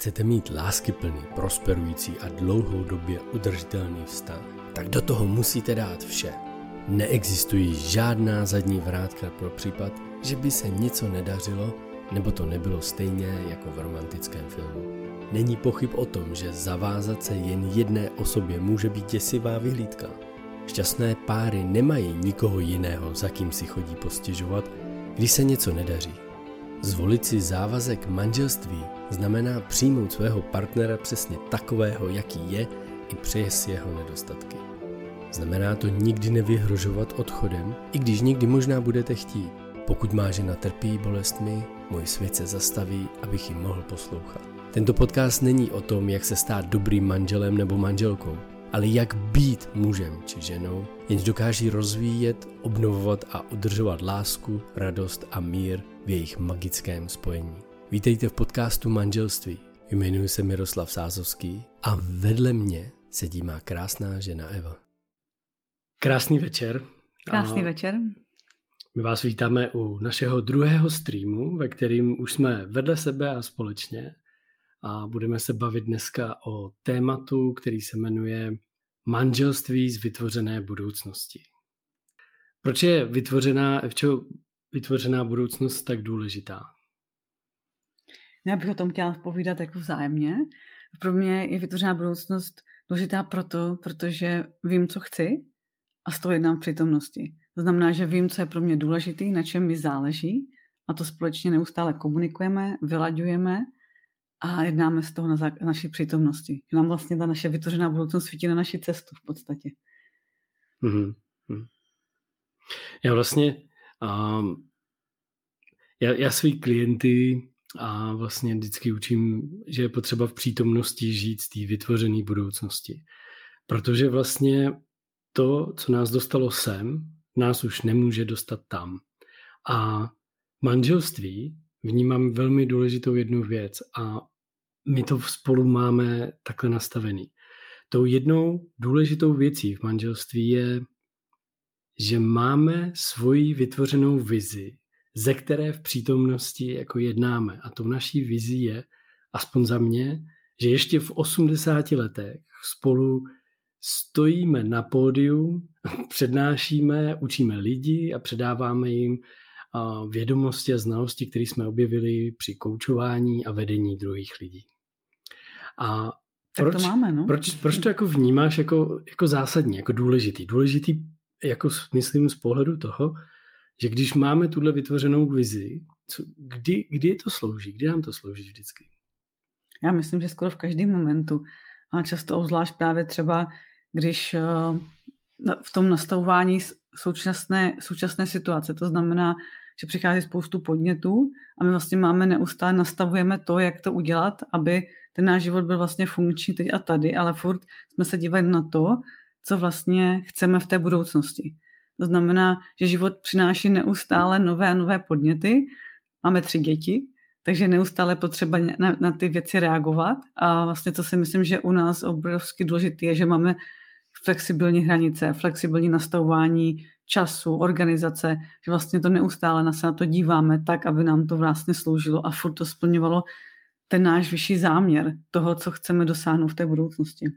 Chcete mít láskyplný, prosperující a dlouhodobě udržitelný vztah, tak do toho musíte dát vše. Neexistují žádná zadní vrátka pro případ, že by se něco nedařilo, nebo to nebylo stejně jako v romantickém filmu. Není pochyb o tom, že zavázat se jen jedné osobě může být děsivá vyhlídka. Šťastné páry nemají nikoho jiného, za kým si chodí postěžovat, když se něco nedaří. Zvolit si závazek manželství znamená přijmout svého partnera přesně takového, jaký je, i přes jeho nedostatky. Znamená to nikdy nevyhrožovat odchodem, i když někdy možná budete chtít. Pokud má žena trpí bolestmi, můj svět se zastaví, abych ji mohl poslouchat. Tento podcast není o tom, jak se stát dobrým manželem nebo manželkou, ale jak být mužem či ženou, jenž dokáží rozvíjet, obnovovat a udržovat lásku, radost a mír v jejich magickém spojení. Vítejte v podcastu Manželství. Jmenuji se Miroslav Sázovský a vedle mě sedí má krásná žena Eva. Krásný večer. Krásný večer. My vás vítáme u našeho druhého streamu, ve kterým už jsme vedle sebe a společně. A budeme se bavit dneska o tématu, který se jmenuje manželství z vytvořené budoucnosti. Proč je vytvořená budoucnost tak důležitá? Já bych o tom chtěla povídat jako vzájemně. Pro mě je vytvořená budoucnost důležitá protože vím, co chci a z toho jednám v přítomnosti. To znamená, že vím, co je pro mě důležitý, na čem mi záleží a to společně neustále komunikujeme, vylaďujeme a jednáme z toho na naší přítomnosti. Nám vlastně ta naše vytvořená budoucnost svítí na naši cestu v podstatě. Já vlastně já svý klienty a vlastně vždycky učím, že je potřeba v přítomnosti žít z té vytvořené budoucnosti. Protože vlastně to, co nás dostalo sem, nás už nemůže dostat tam. A manželství vnímám velmi důležitou jednu věc a my to spolu máme takhle nastavený. Tou jednou důležitou věcí v manželství je, že máme svoji vytvořenou vizi, ze které v přítomnosti jako jednáme. A tou naší vizí je, aspoň za mě, že ještě v 80 letech spolu stojíme na pódiu, přednášíme, učíme lidi a předáváme jim vědomosti a znalosti, které jsme objevili při koučování a vedení druhých lidí. A proč, to máme, no? proč to jako vnímáš jako zásadní, jako důležitý? Důležitý jako myslím z pohledu toho, že když máme tuhle vytvořenou vizi, kdy to slouží? Kdy nám to slouží vždycky? Já myslím, že skoro v každém momentu. A často obzvlášť právě třeba, když v tom nastavování současné situace, to znamená, že přichází spoustu podnětů a my vlastně neustále nastavujeme to, jak to udělat, aby ten náš život byl vlastně funkční teď a tady, ale furt jsme se dívali na to, co vlastně chceme v té budoucnosti. To znamená, že život přináší neustále nové a nové podněty. Máme 3 děti, takže neustále potřeba na ty věci reagovat a vlastně to si myslím, že u nás obrovsky důležité je, že máme flexibilní hranice, flexibilní nastavování času, organizace, že vlastně to neustále se na to díváme tak, aby nám to vlastně sloužilo a furt to splňovalo ten náš vyšší záměr toho, co chceme dosáhnout v té budoucnosti.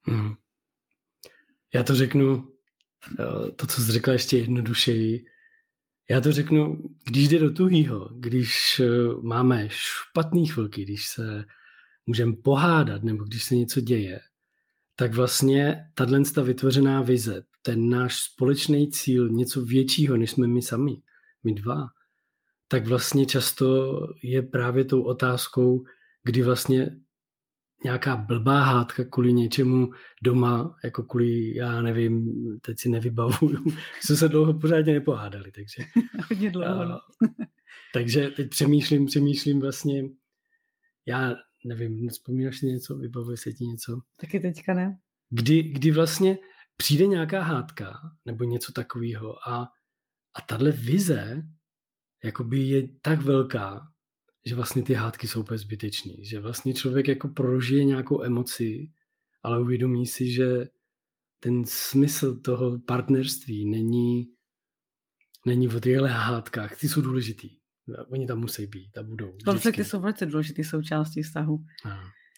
Já to řeknu, to, co jsi řekla ještě jednodušeji, já to řeknu, když jde do tuhýho, když máme špatný chvilky, když se můžeme pohádat nebo když se něco děje, tak vlastně tato vytvořená vize, ten náš společný cíl, něco většího, než jsme my sami, my dva, tak vlastně často je právě tou otázkou, kdy vlastně nějaká blbá hádka kvůli něčemu doma, jako kvůli, já nevím, teď si nevybavuju, jsme se dlouho pořádně nepohádali, takže. Hodně dlouho. Takže teď přemýšlím vlastně, já nevím, vzpomínáš si něco, vybavuje se ti něco? Taky teďka ne. Kdy vlastně přijde nějaká hádka, nebo něco takového a tahle vize jakoby je tak velká, že vlastně ty hádky jsou úplně zbytečný, že vlastně člověk jako prožije nějakou emoci, ale uvědomí si, že ten smysl toho partnerství není o těchto hádkách, ty jsou důležitý. Oni tam musí být a budou. Konflikty jsou velice důležitý součástí vztahu.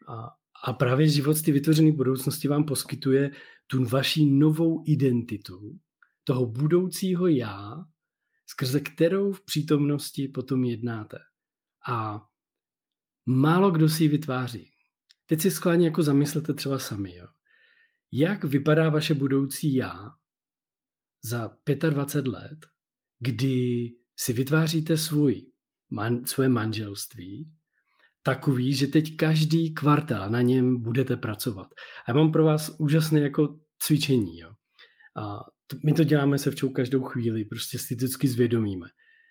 A právě život z té vytvořené budoucnosti vám poskytuje tu vaši novou identitu, toho budoucího já, skrze kterou v přítomnosti potom jednáte. A málo kdo si ji vytváří. Teď si schválně jako zamyslete třeba sami. Jo? Jak vypadá vaše budoucí já za 25 let, kdy si vytváříte svoje manželství takový, že teď každý kvartál na něm budete pracovat. A já mám pro vás úžasné jako cvičení. Jo? A my to děláme se včou každou chvíli, prostě si vždycky zvědomíme.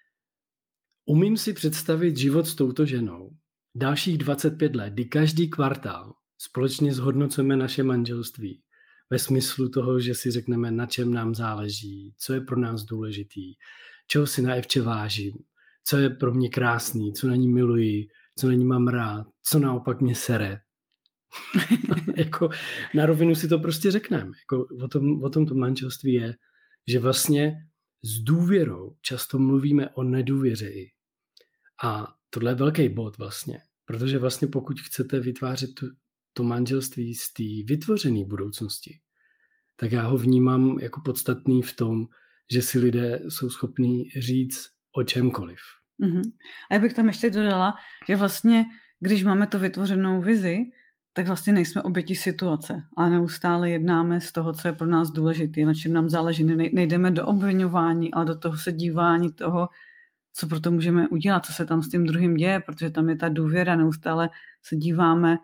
Umím si představit život s touto ženou dalších 25 let, kdy každý kvartál společně zhodnocujeme naše manželství ve smyslu toho, že si řekneme, na čem nám záleží, co je pro nás důležitý, čeho si na Evče vážím, co je pro mě krásný, co na ní miluji, co na ní mám rád, co naopak mě sere. Jako na rovinu si to prostě řekneme. Jako o tom to manželství je, že vlastně s důvěrou často mluvíme o nedůvěře. A tohle je velký bod vlastně, protože vlastně pokud chcete vytvářet to manželství z té vytvořené budoucnosti, tak já ho vnímám jako podstatný v tom, že si lidé jsou schopní říct o čemkoliv. Mm-hmm. A já bych tam ještě dodala, že vlastně, když máme tu vytvořenou vizi, tak vlastně nejsme oběti situace, ale neustále jednáme z toho, co je pro nás důležité, na čem nám záleží. Nejdeme do obviňování, ale do toho se dívání toho, co pro to můžeme udělat, co se tam s tím druhým děje, protože tam je ta důvěra, neustále se díváme,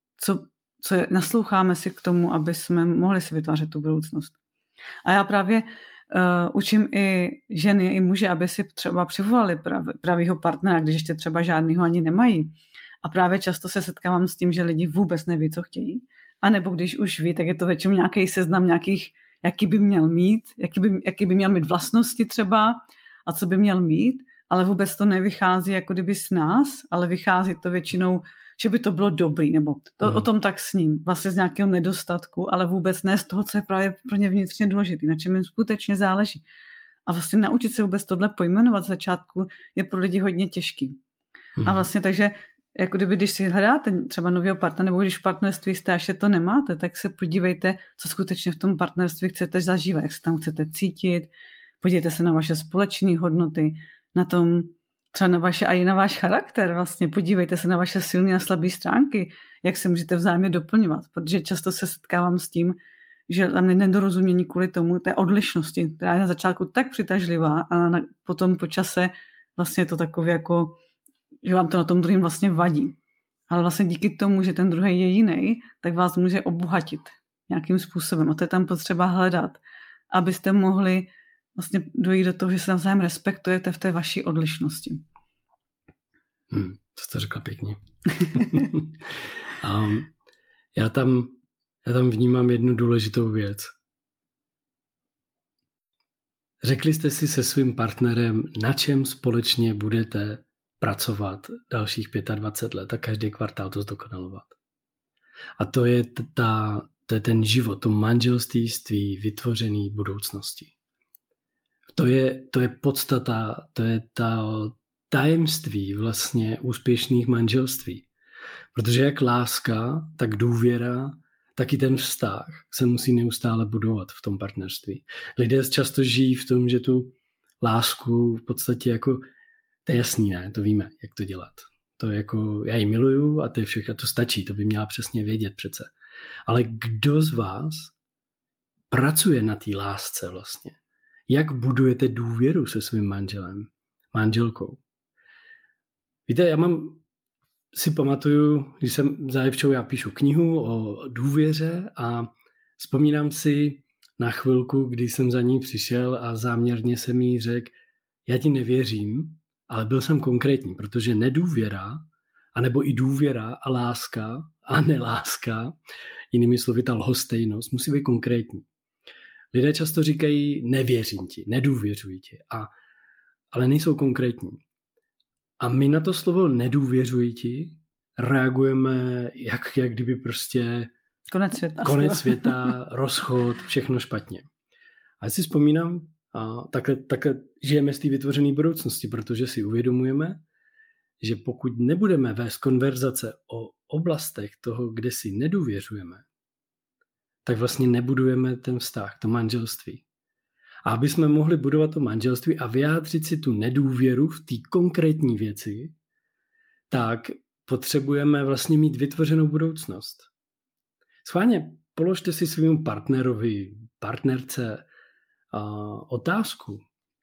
co je, nasloucháme si k tomu, aby jsme mohli si vytvářet tu budoucnost. A já právě učím i ženy, i muže, aby si třeba přivolali pravýho partnera, když ještě třeba žádnýho ani nemají. A právě často se setkávám s tím, že lidi vůbec neví, co chtějí. A nebo když už ví, tak je to většinou nějaký seznam nějakých, jaký by měl mít, jaký by měl mít vlastnosti třeba a co by měl mít, ale vůbec to nevychází jako kdyby z nás, ale vychází to většinou, že by to bylo dobrý, nebo o tom tak s ním, vlastně z nějakého nedostatku, ale vůbec ne z toho, co je právě pro ně vnitřně důležitý, na čem jim skutečně záleží. A vlastně naučit se vůbec tohle pojmenovat z začátku je pro lidi hodně těžký. A vlastně takže jako kdyby, když si hledáte třeba nového partnera, nebo když v partnerství jste, až to nemáte, tak se podívejte, co skutečně v tom partnerství chcete zažívat, jak se tam chcete cítit, podívejte se na vaše společné hodnoty, na tom, třeba na vaše a i na váš charakter vlastně, podívejte se na vaše silné a slabé stránky, jak se můžete vzájemně doplňovat, protože často se setkávám s tím, že tam je nedorozumění kvůli tomu té odlišnosti, která je na začátku tak přitažlivá a potom po čase vlastně je to takové jako, že vám to na tom druhém vlastně vadí. Ale vlastně díky tomu, že ten druhý je jiný, tak vás může obohatit nějakým způsobem. A to je tam potřeba hledat, abyste mohli vlastně dojít do toho, že se navzájem respektujete v té vaší odlišnosti. To jste řekla pěkně. Já tam vnímám jednu důležitou věc. Řekli jste si se svým partnerem, na čem společně budete pracovat dalších 25 let a každý kvartál to zdokonalovat. A to je ten život, to manželství z té vytvořené budoucnosti. To je podstata, to je ta tajemství vlastně úspěšných manželství. Protože jak láska, tak důvěra, tak i ten vztah se musí neustále budovat v tom partnerství. Lidé často žijí v tom, že tu lásku v podstatě jako, to je jasný, ne? To víme, jak to dělat. To je jako, já ji miluju a to je všechno, to stačí, to by měla přesně vědět přece. Ale kdo z vás pracuje na té lásce vlastně? Jak budujete důvěru se svým manželem, manželkou? Víte, si pamatuju, když jsem za Evčou, já píšu knihu o důvěře a vzpomínám si na chvilku, kdy jsem za ní přišel a záměrně jsem jí řekl, já ti nevěřím, ale byl jsem konkrétní, protože nedůvěra, anebo i důvěra a láska a neláska, jinými slovy ta lhostejnost, musí být konkrétní. Lidé často říkají, nevěřím ti, nedůvěřuji ti, ale nejsou konkrétní. A my na to slovo nedůvěřuji ti reagujeme, jak kdyby prostě konec světa, rozchod, všechno špatně. A já si vzpomínám, takhle žijeme z té vytvořené budoucnosti, protože si uvědomujeme, že pokud nebudeme vést konverzace o oblastech toho, kde si nedůvěřujeme, tak vlastně nebudujeme ten vztah, to manželství. A aby jsme mohli budovat to manželství a vyjádřit si tu nedůvěru v té konkrétní věci, tak potřebujeme vlastně mít vytvořenou budoucnost. Schválně položte si svému partnerovi, partnerce otázku,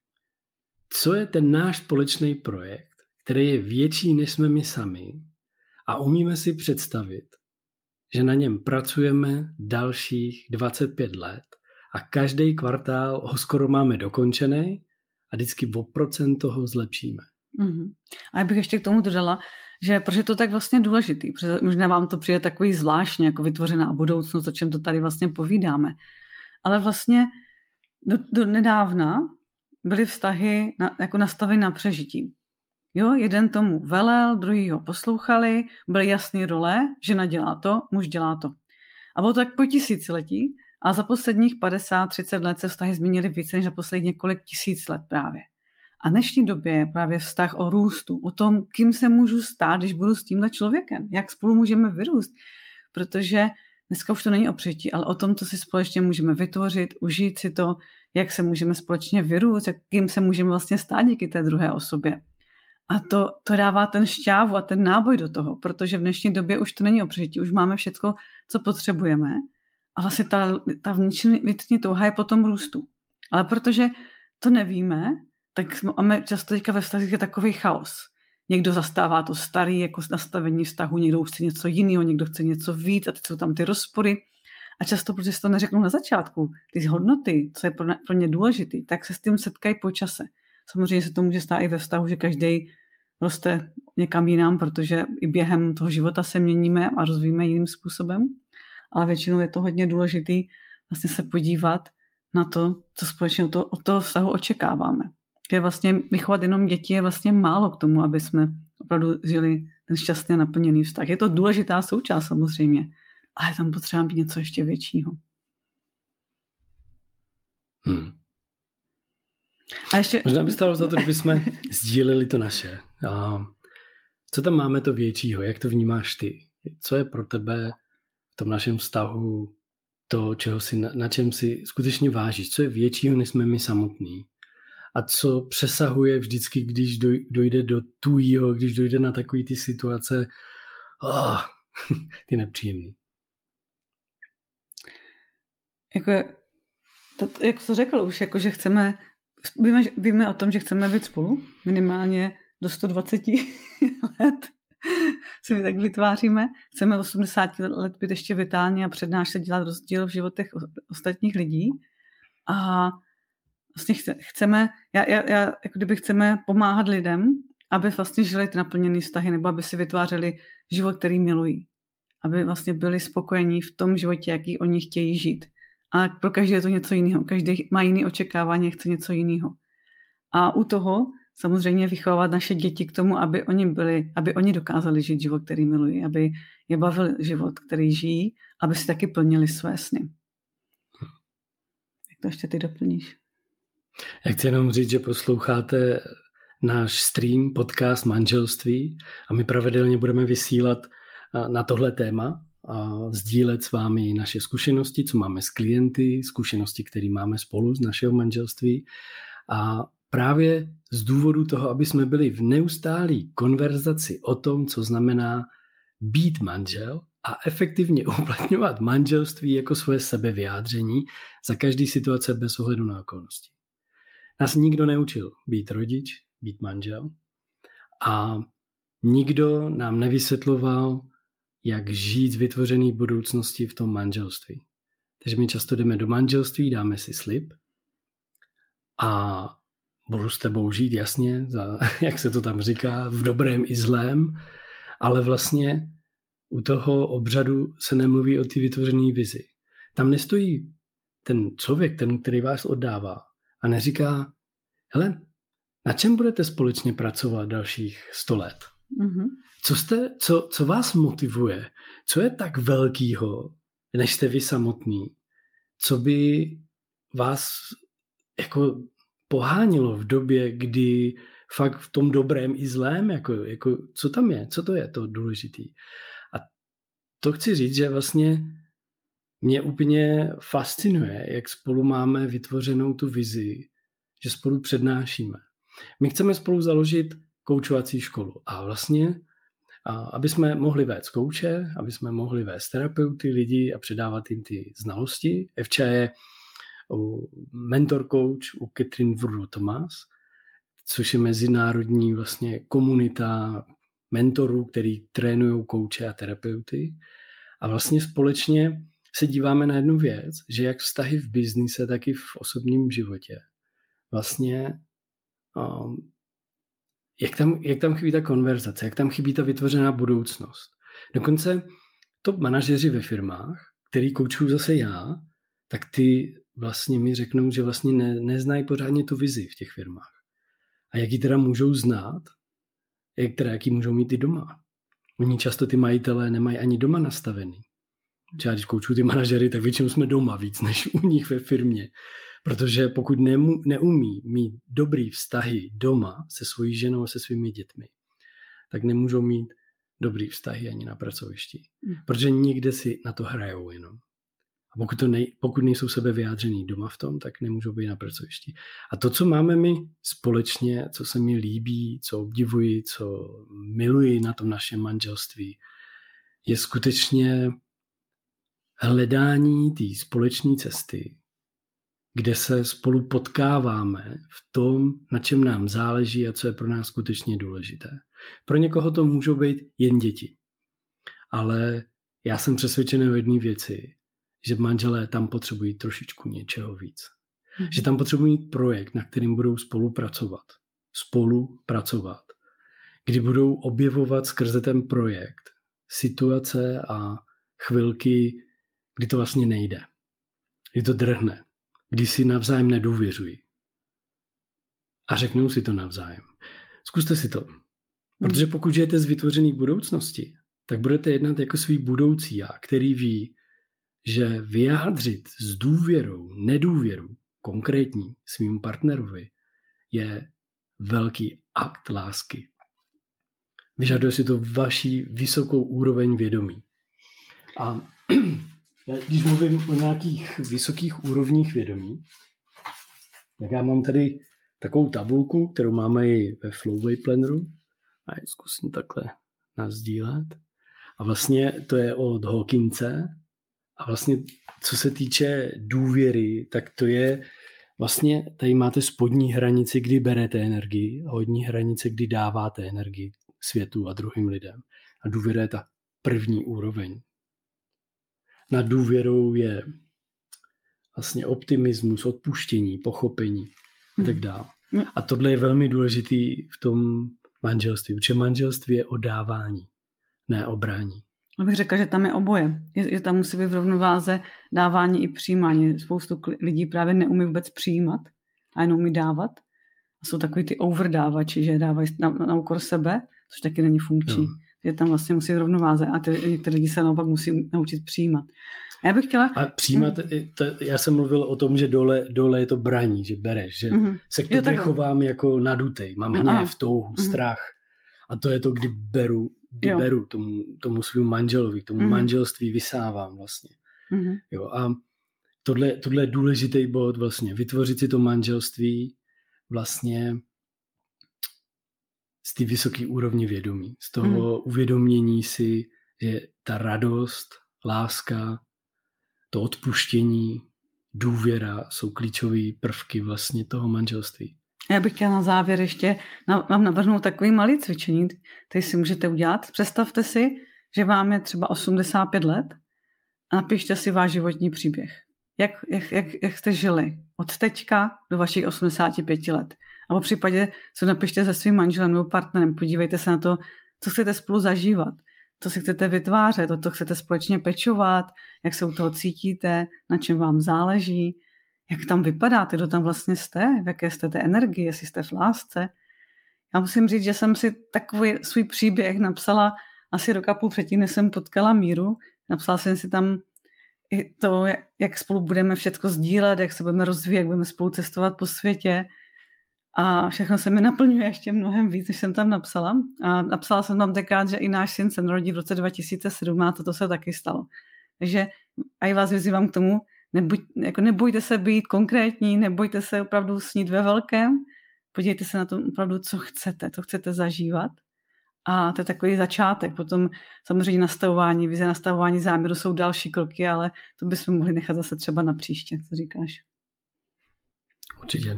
co je ten náš společný projekt, který je větší, než jsme my sami a umíme si představit, že na něm pracujeme dalších 25 let a každý kvartál ho skoro máme dokončený a vždycky o procent toho zlepšíme. Mm-hmm. A já bych ještě k tomu dodala, že proč je to tak vlastně důležitý, protože možná vám to přijde takový zvláštně jako vytvořená budoucnost, o čem to tady vlastně povídáme. Ale vlastně do nedávna byly vztahy jako nastaveny na přežití. Jo, jeden tomu velel, druhý ho poslouchali, byly jasné role, žena dělá to, muž dělá to. A bylo to tak po tisíciletí a za posledních 50-30 let se vztahy změnily více než za posledních několik tisíc let právě. A v dnešní době je právě vztah o růstu, o tom, kým se můžu stát, když budu s tímhle člověkem, jak spolu můžeme vyrůst, protože dneska už to není o přežití, ale o tom, co si společně můžeme vytvořit, užít si to, jak se můžeme společně vyrůst, kým se můžeme vlastně stát díky té druhé osobě. A to dává ten šťávu a ten náboj do toho, protože v dnešní době už to není o přežití, už máme všechno, co potřebujeme a vlastně ta vnitřní touha je po tom růstu. Ale protože to nevíme, tak máme často teďka ve vztazích je takový chaos. Někdo zastává to starý jako nastavení vztahu, někdo už chce něco jiného, někdo chce něco víc a teď jsou tam ty rozpory. A často, protože si to neřeknou na začátku, ty hodnoty, co je pro ně důležitý, tak se s tím setkají po čase. Samozřejmě se to může stát i ve vztahu, že každý roste někam jinam, protože i během toho života se měníme a rozvíjíme jiným způsobem. Ale většinou je to hodně důležitý vlastně se podívat na to, co společně od toho vztahu očekáváme. Že vlastně vychovat jenom děti je vlastně málo k tomu, aby jsme opravdu žili ten šťastný a naplněný vztah. Je to důležitá součást samozřejmě, ale tam potřeba být něco ještě většího. A ještě... Možná by stalo za to, kdybychom sdíleli to naše. A co tam máme to většího? Jak to vnímáš ty? Co je pro tebe v tom našem vztahu to, na čem si skutečně vážíš? Co je většího, než jsme my samotní? A co přesahuje vždycky, když dojde do tujího, když dojde na takový ty situace, ty nepříjemný. Jak to řekl už, jako, že víme o tom, že chceme být spolu minimálně do 120 let. Si my tak vytváříme. Chceme 80 let být ještě vitálně a přednášet, dělat rozdíl v životech ostatních lidí. A vlastně chceme pomáhat lidem, aby vlastně žili ty naplněné vztahy, nebo aby si vytvářeli život, který milují. Aby vlastně byli spokojení v tom životě, jaký oni chtějí žít. A pro každý je to něco jiného. Každý má jiné očekávání, chce něco jiného. A u toho samozřejmě vychovávat naše děti k tomu, aby oni dokázali žít život, který milují, aby je bavil život, který žijí, aby si taky plnili své sny. Jak to ještě ty doplníš? Já chci jenom říct, že posloucháte náš stream, podcast Manželství a my pravidelně budeme vysílat na tohle téma a sdílet s vámi naše zkušenosti, co máme s klienty, zkušenosti, které máme spolu z našeho manželství. A právě z důvodu toho, aby jsme byli v neustálé konverzaci o tom, co znamená být manžel a efektivně uplatňovat manželství jako svoje sebevyjádření za každý situace bez ohledu na okolnosti. Nás nikdo neučil být rodič, být manžel a nikdo nám nevysvětloval, jak žít z vytvořené budoucnosti v tom manželství. Takže my často jdeme do manželství, dáme si slib a budu s tebou žít, jasně, jak se to tam říká, v dobrém i zlém, ale vlastně u toho obřadu se nemluví o té vytvořené vizi. Tam nestojí ten člověk, ten, který vás oddává a neříká, hele, na čem budete společně pracovat dalších 100 let? Mm-hmm. Co vás motivuje? Co je tak velkýho, než jste vy samotný? Co by vás jako pohánilo v době, kdy fakt v tom dobrém i zlém, jako co tam je, co to je to důležitý. A to chci říct, že vlastně mě úplně fascinuje, jak spolu máme vytvořenou tu vizi, že spolu přednášíme. My chceme spolu založit koučovací školu a vlastně, aby jsme mohli vést kouče, aby jsme mohli vést terapeuty, lidi a předávat jim ty znalosti. Evča je mentor coach u Catherine Wurl-Thomas, což je mezinárodní vlastně komunita mentorů, který trénují kouče a terapeuty. A vlastně společně se díváme na jednu věc, že jak vztahy v biznise, tak i v osobním životě. Vlastně jak tam chybí ta konverzace, jak tam chybí ta vytvořená budoucnost. Dokonce top manažeři ve firmách, který koučuju zase já, tak ty vlastně mi řeknou, že vlastně neznají pořádně tu vizi v těch firmách. A jak ji teda můžou znát, jak ji můžou mít i doma. Oni často ty majitelé nemají ani doma nastavený. Já když koučuju ty manažery, tak většinou jsme doma víc než u nich ve firmě. Protože pokud neumí mít dobrý vztahy doma se svojí ženou a se svými dětmi, tak nemůžou mít dobrý vztahy ani na pracovišti. Protože někde si na to hrajou jenom. A pokud nejsou sebe vyjádřený doma v tom, tak nemůžou být na pracovišti. A to, co máme my společně, co se mi líbí, co obdivuji, co miluji na tom našem manželství, je skutečně hledání té společné cesty, kde se spolu potkáváme v tom, na čem nám záleží a co je pro nás skutečně důležité. Pro někoho to můžou být jen děti. Ale já jsem přesvědčený o jedné věci, že manželé tam potřebují trošičku něčeho víc. Že tam potřebují mít projekt, na kterým budou spolupracovat. Kdy budou objevovat skrze ten projekt situace a chvilky, kdy to vlastně nejde. Kdy to drhne. Kdy si navzájem nedůvěřují. A řeknou si to navzájem. Zkuste si to. Protože pokud žijete z vytvořené budoucnosti, tak budete jednat jako svý budoucí já, který ví, že vyjádřit s důvěrou, nedůvěru konkrétní svým partnerovi je velký akt lásky. Vyžaduje si to vaši vysokou úroveň vědomí. A když mluvím o nějakých vysokých úrovních vědomí, tak já mám tady takovou tabulku, kterou máme i ve Flowway Planneru. A zkusím takhle nasdílet. A vlastně to je od Hawkinse. A vlastně, co se týče důvěry, tak to je vlastně, tady máte spodní hranici, kdy berete energii, a hodní hranice, kdy dáváte energii světu a druhým lidem. A důvěra je ta první úroveň. Nad důvěrou je vlastně optimismus, odpuštění, pochopení a tak dále. A tohle je velmi důležitý v tom manželství, protože manželství je o dávání, ne o brání. Abych řekla, že tam je oboje. Že tam musí být v rovnováze dávání i přijímání. Spoustu lidí právě neumí vůbec přijímat a jenom umí dávat. A jsou takový ty overdávači, že dávají na úkor sebe, což taky není funkční. Že tam vlastně musí být rovnováze a některé lidi se naopak musí naučit přijímat. A já bych chtěla... A přijímat, já jsem mluvil o tom, že dole je to braní, že bereš, že se k tobě chovám jako nadutej. Mám hněv, touhu, strach. A to je to, kdy beru tomu svému manželovi, tomu manželství vysávám vlastně. Jo, a tohle je důležitý bod vlastně. Vytvořit si to manželství vlastně z té vysoké úrovně vědomí. Z toho uvědomění si, že ta radost, láska, to odpuštění, důvěra jsou klíčové prvky vlastně toho manželství. Já bych chtěla na závěr ještě vám navrhnout takový malý cvičení, který si můžete udělat. Představte si, že vám je třeba 85 let a napište si váš životní příběh. Jak jste žili od teďka do vašich 85 let. A po případě se napište se svým manželem nebo partnerem. Podívejte se na to, co chcete spolu zažívat, co si chcete vytvářet, o to chcete společně pečovat, jak se u toho cítíte, na čem vám záleží, jak tam vypadáte, kdo tam vlastně jste, v jaké jste té energii, jestli jste v lásce. Já musím říct, že jsem si takový svůj příběh napsala asi rok a půl předtím, než jsem potkala Míru. Napsala jsem si tam i to, jak spolu budeme všechno sdílet, jak se budeme rozvíjet, jak budeme spolu cestovat po světě. A všechno se mi naplňuje ještě mnohem víc, než jsem tam napsala. A napsala jsem tam tenkrát, že i náš syn se narodí v roce 2017 a to se taky stalo. Takže a vás vyzývám k tomu, nebojte se být konkrétní, nebojte se opravdu snít ve velkém, podívejte se na to opravdu, co chcete zažívat. A to je takový začátek. Potom samozřejmě nastavování, vize nastavování záměru jsou další kroky, ale to bychom mohli nechat zase třeba na příště. Co říkáš? Určitě.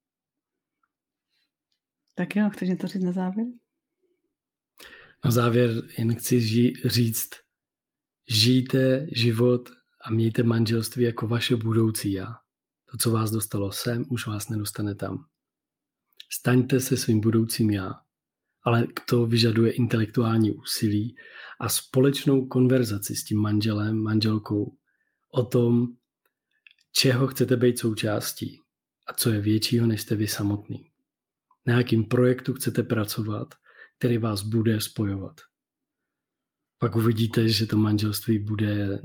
Tak jo, chceš něco říct na závěr? Na závěr jen chci říct, žijte život a mějte manželství jako vaše budoucí já. To, co vás dostalo sem, už vás nedostane tam. Staňte se svým budoucím já, ale to vyžaduje intelektuální úsilí a společnou konverzaci s tím manželem, manželkou o tom, čeho chcete být součástí a co je většího, než jste vy samotný. Na jakým projektu chcete pracovat, který vás bude spojovat. Pak uvidíte, že to manželství bude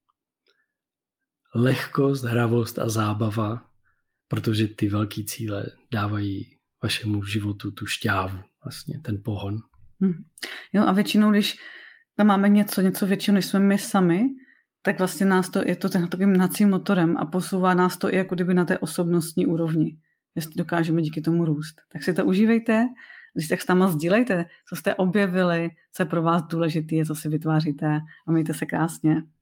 lehkost, hravost a zábava, protože ty velký cíle dávají vašemu životu tu šťávu, vlastně ten pohon. Jo, a většinou, když tam máme něco většího, než jsme my sami, tak vlastně je to takovým hnacím motorem a posouvá nás to i jako kdyby na té osobnostní úrovni, jestli dokážeme díky tomu růst. Tak si to užívejte, když tak s náma sdílejte, co jste objevili, co je pro vás důležité, co si vytváříte a mějte se krásně.